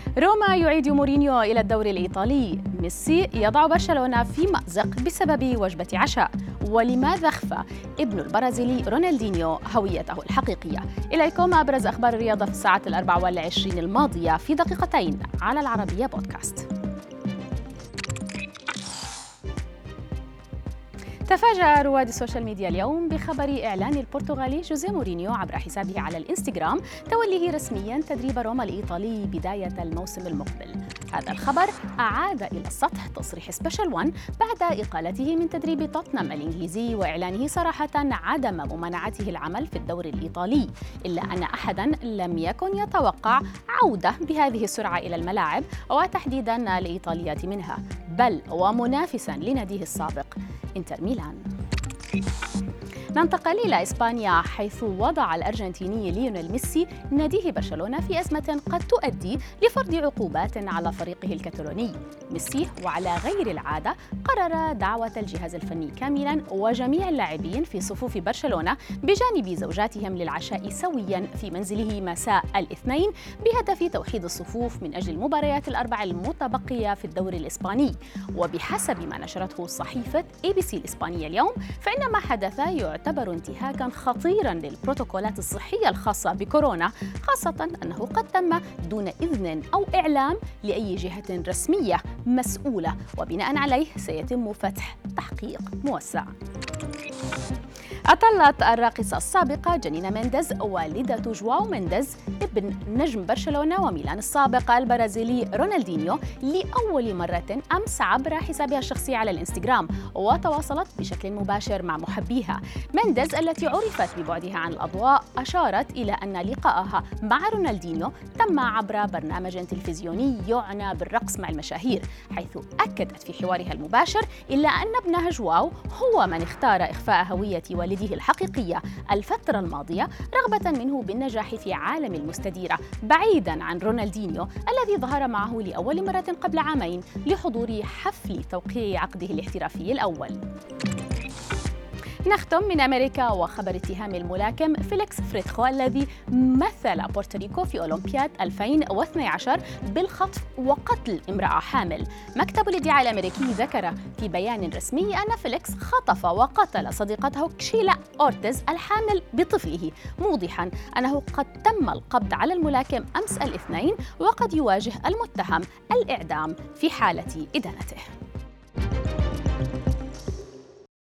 روما يعيد مورينيو إلى الدوري الإيطالي. ميسي يضع برشلونة في مأزق بسبب وجبة عشاء. ولماذا اختفى ابن البرازيلي رونالدينيو هويته الحقيقية؟ إليكم أبرز أخبار الرياضة في الساعة 24 الماضية في دقيقتين على العربية بودكاست. تفاجأ رواد السوشيال ميديا اليوم بخبر إعلان البرتغالي جوزيه مورينيو عبر حسابه على الإنستغرام توليه رسمياً تدريب روما الإيطالي بداية الموسم المقبل. هذا الخبر أعاد إلى السطح تصريح سبيشال وان بعد إقالته من تدريب توتنهام الإنجليزي وإعلانه صراحة عدم ممانعته العمل في الدوري الإيطالي، إلا أن أحداً لم يكن يتوقع عودة بهذه السرعة إلى الملاعب وتحديداً الإيطاليات منها، بل ومنافساً لناديه السابق إنتر ميلان. ننتقل إلى إسبانيا، حيث وضع الأرجنتيني ليونيل ميسي ناديه برشلونة في أزمة قد تؤدي لفرض عقوبات على فريقه الكتالوني. ميسي وعلى غير العادة قرر دعوة الجهاز الفني كاملا وجميع اللاعبين في صفوف برشلونة بجانب زوجاتهم للعشاء سويا في منزله مساء الاثنين بهدف توحيد الصفوف من أجل المباريات الأربع المتبقية في الدوري الإسباني. وبحسب ما نشرته صحيفة ABC الإسبانية اليوم، فإن ما حدث يعتبر انتهاكاً خطيراً للبروتوكولات الصحية الخاصة بكورونا، خاصة أنه قد تم دون إذن أو إعلام لأي جهة رسمية مسؤولة، وبناء عليه سيتم فتح تحقيق موسع. أطلت الراقصة السابقة جانينا مينديز والدة جواو مينديز ابن نجم برشلونة وميلان السابق البرازيلي رونالدينيو لأول مرة أمس عبر حسابها الشخصي على الإنستغرام، وتواصلت بشكل مباشر مع محبيها. مينديز التي عرفت ببعدها عن الأضواء أشارت إلى أن لقاءها مع رونالدينيو تم عبر برنامج تلفزيوني يعنى بالرقص مع المشاهير، حيث أكدت في حوارها المباشر إلا أن ابنها جواو هو من اختار إخفاء هوية والده الحقيقية الفترة الماضية رغبة منه بالنجاح في عالم المستديرة بعيداً عن رونالدينيو الذي ظهر معه لأول مرة قبل عامين لحضور حفل توقيع عقده الاحترافي الأول. نختم من أمريكا وخبر اتهام الملاكم فيليكس فريتخو الذي مثل بورتوريكو في أولمبياد 2012 بالخطف وقتل امرأة حامل. مكتب الادعاء الأمريكي ذكر في بيان رسمي أن فيليكس خطف وقتل صديقته كشيلا أورتيز الحامل بطفله، موضحاً أنه قد تم القبض على الملاكم أمس الاثنين وقد يواجه المتهم الإعدام في حالة إدانته.